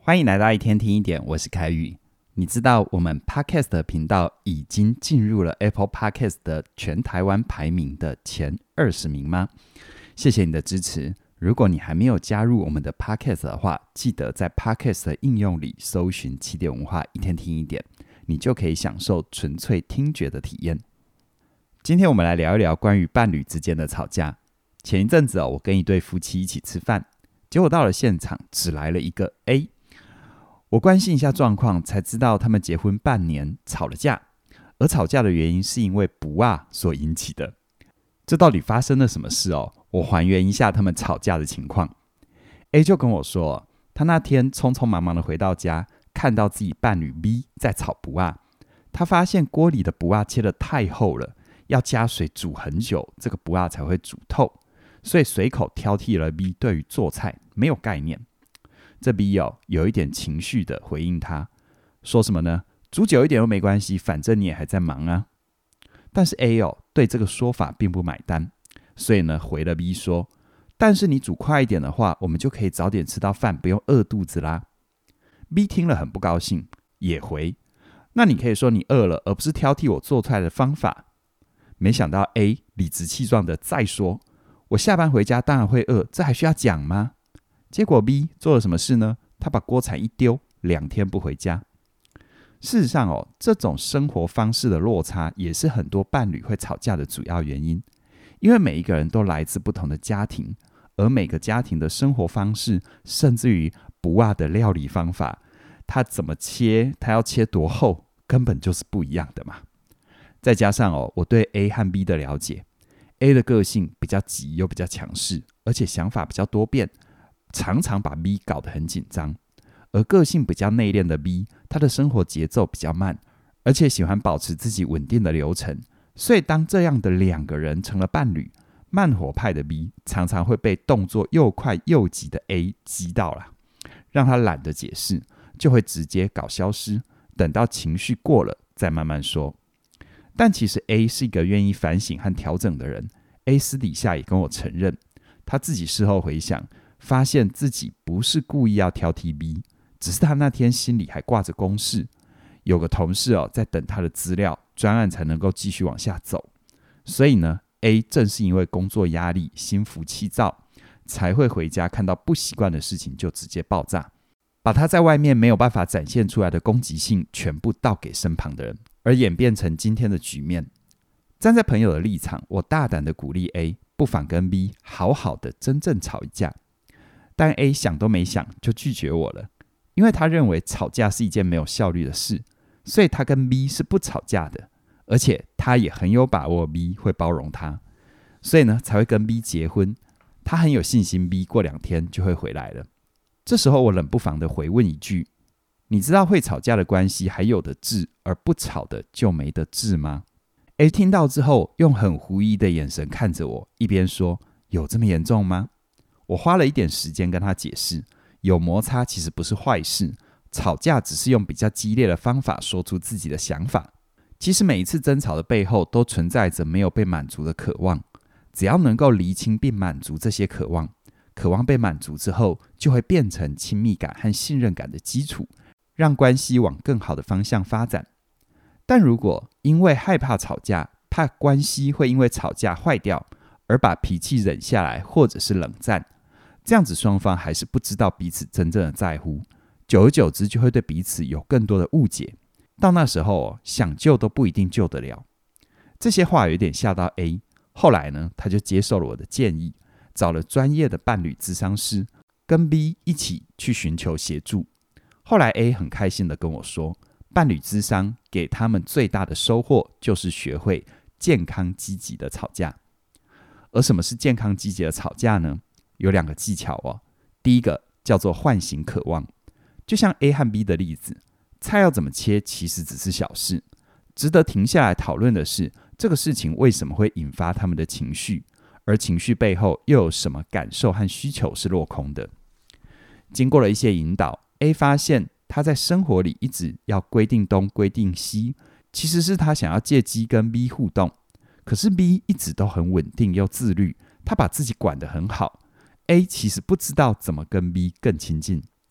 欢迎来到一天听一点，我是凯宇。你知道我们 Podcast 的频道已经进入了 Apple Podcast 的全台湾排名的前20名吗？谢谢你的支持。如果你还没有加入我们的 Podcast 的话，记得在 Podcast 的应用里搜寻起点文化一天听一点，你就可以享受纯粹听觉的体验。今天我们来聊一聊关于伴侣之间的吵架。前一阵子我跟一对夫妻一起吃饭，结果到了现场只来了一个 A。我关心一下状况，才知道他们结婚半年吵了架，而吵架的原因是因为不啊所引起的。这到底发生了什么事我还原一下他们吵架的情况。A 就跟我说，他那天匆匆忙忙的回到家，看到自己伴侣 B 在炒不啊，他发现锅里的不啊切得太厚了，要加水煮很久，这个不啊才会煮透，所以随口挑剔了 B 对于做菜没有概念。这 B 有一点情绪的回应他，说什么呢？煮久一点又没关系，反正你也还在忙啊。但是 A 对这个说法并不买单，所以呢回了 B 说，但是你煮快一点的话，我们就可以早点吃到饭，不用饿肚子啦。B 听了很不高兴，也回，那你可以说你饿了，而不是挑剔我做出来的方法。没想到 A 理直气壮的再说，我下班回家当然会饿，这还需要讲吗？结果 B 做了什么事呢？他把锅铲一丢，2天不回家。事实上这种生活方式的落差也是很多伴侣会吵架的主要原因，因为每一个人都来自不同的家庭，而每个家庭的生活方式，甚至于不啊的料理方法，他怎么切，他要切多厚，根本就是不一样的嘛。再加上我对 A 和 B 的了解， A 的个性比较急又比较强势，而且想法比较多变，常常把 B 搞得很紧张。而个性比较内敛的 B， 他的生活节奏比较慢，而且喜欢保持自己稳定的流程，所以当这样的2个人成了伴侣，慢火派的 B 常常会被动作又快又急的 A 激到了，让他懒得解释，就会直接搞消失，等到情绪过了再慢慢说。但其实 A 是一个愿意反省和调整的人， A 私底下也跟我承认，他自己事后回想，发现自己不是故意要挑剔 B， 只是他那天心里还挂着公事，有个同事在等他的资料，专案才能够继续往下走。所以呢 A 正是因为工作压力心浮气躁，才会回家看到不习惯的事情就直接爆炸，把他在外面没有办法展现出来的攻击性全部倒给身旁的人，而演变成今天的局面。站在朋友的立场，我大胆的鼓励 A 不妨跟 B 好好的真正吵一架，但 A 想都没想就拒绝我了，因为他认为吵架是一件没有效率的事，所以他跟 B 是不吵架的，而且他也很有把握 B 会包容他，所以呢才会跟 B 结婚。他很有信心 B 过2天就会回来了。这时候我冷不防的回问一句，你知道会吵架的关系还有的治，而不吵的就没得治吗？ A 听到之后用很狐疑的眼神看着我，一边说，有这么严重吗？我花了一点时间跟他解释，有摩擦其实不是坏事，吵架只是用比较激烈的方法说出自己的想法。其实每一次争吵的背后都存在着没有被满足的渴望，只要能够厘清并满足这些渴望，渴望被满足之后，就会变成亲密感和信任感的基础，让关系往更好的方向发展。但如果因为害怕吵架，怕关系会因为吵架坏掉，而把脾气忍下来或者是冷战，这样子双方还是不知道彼此真正的在乎，久而久之就会对彼此有更多的误解，到那时候想救都不一定救得了。这些话有点吓到 A， 后来呢他就接受了我的建议，找了专业的伴侣咨商师，跟 B 一起去寻求协助。后来 A 很开心的跟我说，伴侣咨商给他们最大的收获就是学会健康积极的吵架。而什么是健康积极的吵架呢？有2个技巧第一个叫做唤醒渴望，就像 A 和 B 的例子，菜要怎么切其实只是小事，值得停下来讨论的是这个事情为什么会引发他们的情绪，而情绪背后又有什么感受和需求是落空的。经过了一些引导， A 发现他在生活里一直要规定东规定西，其实是他想要借机跟 B 互动，可是 B 一直都很稳定又自律，他把自己管得很好， A 其实不知道怎么跟 B 更亲近。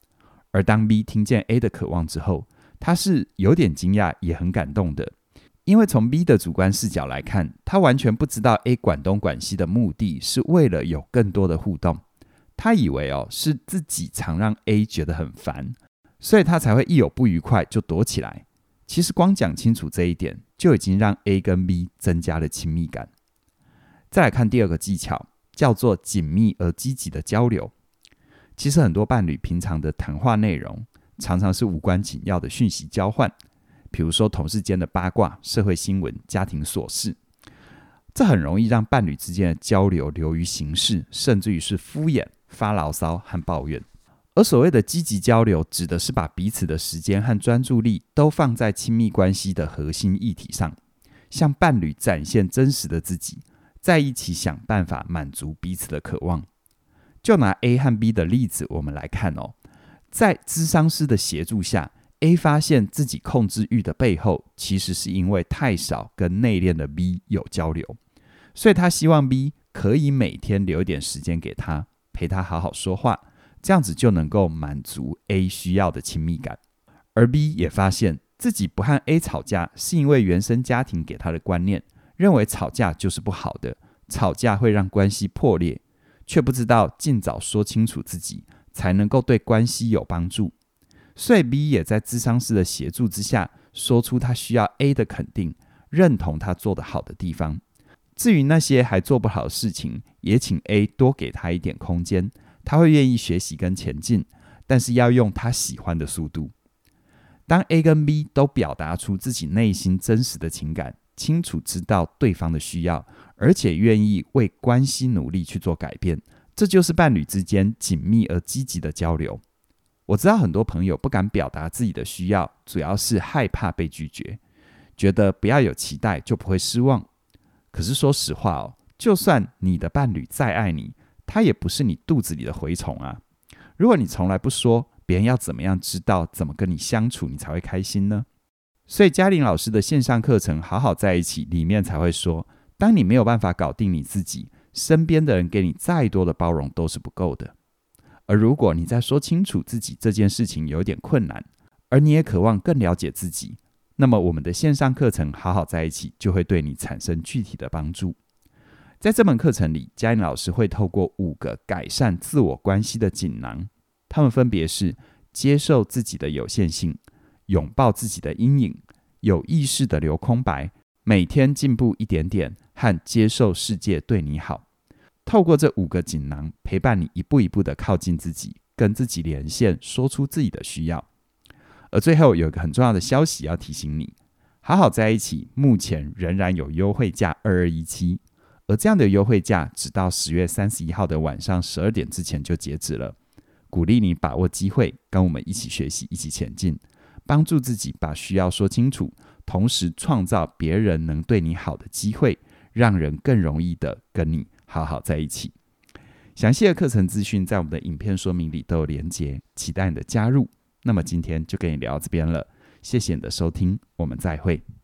而当 B 听见 A 的渴望之后，他是有点惊讶也很感动的，因为从 B 的主观视角来看，他完全不知道 A 管东管西的目的是为了有更多的互动，他以为是自己常让 A 觉得很烦，所以他才会一有不愉快就躲起来。其实光讲清楚这一点，就已经让 A 跟 B 增加了亲密感。再来看第二个技巧，叫做紧密而积极的交流。其实很多伴侣平常的谈话内容常常是无关紧要的讯息交换，比如说同事间的八卦、社会新闻、家庭琐事，这很容易让伴侣之间的交流流于形式，甚至于是敷衍、发牢骚和抱怨。而所谓的积极交流，指的是把彼此的时间和专注力都放在亲密关系的核心议题上，向伴侣展现真实的自己，在一起想办法满足彼此的渴望。就拿 A 和 B 的例子我们来看在咨商师的协助下， A 发现自己控制欲的背后，其实是因为太少跟内敛的 B 有交流，所以他希望 B 可以每天留一点时间给他，陪他好好说话，这样子就能够满足 A 需要的亲密感。而 B 也发现自己不和 A 吵架，是因为原生家庭给他的观念，认为吵架就是不好的，吵架会让关系破裂，却不知道尽早说清楚自己，才能够对关系有帮助。所以 B 也在咨商师的协助之下，说出他需要 A 的肯定，认同他做得好的地方。至于那些还做不好的事情，也请 A 多给他一点空间，他会愿意学习跟前进，但是要用他喜欢的速度。当 A 跟 B 都表达出自己内心真实的情感，清楚知道对方的需要，而且愿意为关系努力去做改变，这就是伴侣之间紧密而积极的交流。我知道很多朋友不敢表达自己的需要，主要是害怕被拒绝，觉得不要有期待就不会失望。可是说实话就算你的伴侣再爱你，他也不是你肚子里的蛔虫啊。如果你从来不说，别人要怎么样知道怎么跟你相处，你才会开心呢？所以嘉玲老师的线上课程《好好在一起》里面才会说，当你没有办法搞定你自己，身边的人给你再多的包容都是不够的。而如果你在说清楚自己这件事情有点困难，而你也渴望更了解自己，那么我们的线上课程《好好在一起》就会对你产生具体的帮助。在这门课程里，嘉玲老师会透过5个改善自我关系的锦囊，它们分别是接受自己的有限性、拥抱自己的阴影、有意识的留空白、每天进步一点点和接受世界对你好。透过这5个锦囊，陪伴你一步一步的靠近自己，跟自己连线，说出自己的需要。而最后有一个很重要的消息要提醒你，好好在一起目前仍然有优惠价2217，而这样的优惠价直到10月31号的晚上12点之前就截止了。鼓励你把握机会，跟我们一起学习，一起前进，帮助自己把需要说清楚，同时创造别人能对你好的机会，让人更容易的跟你好好在一起。详细的课程资讯在我们的影片说明里都有连结，期待你的加入。那么今天就跟你聊到这边了，谢谢你的收听，我们再会。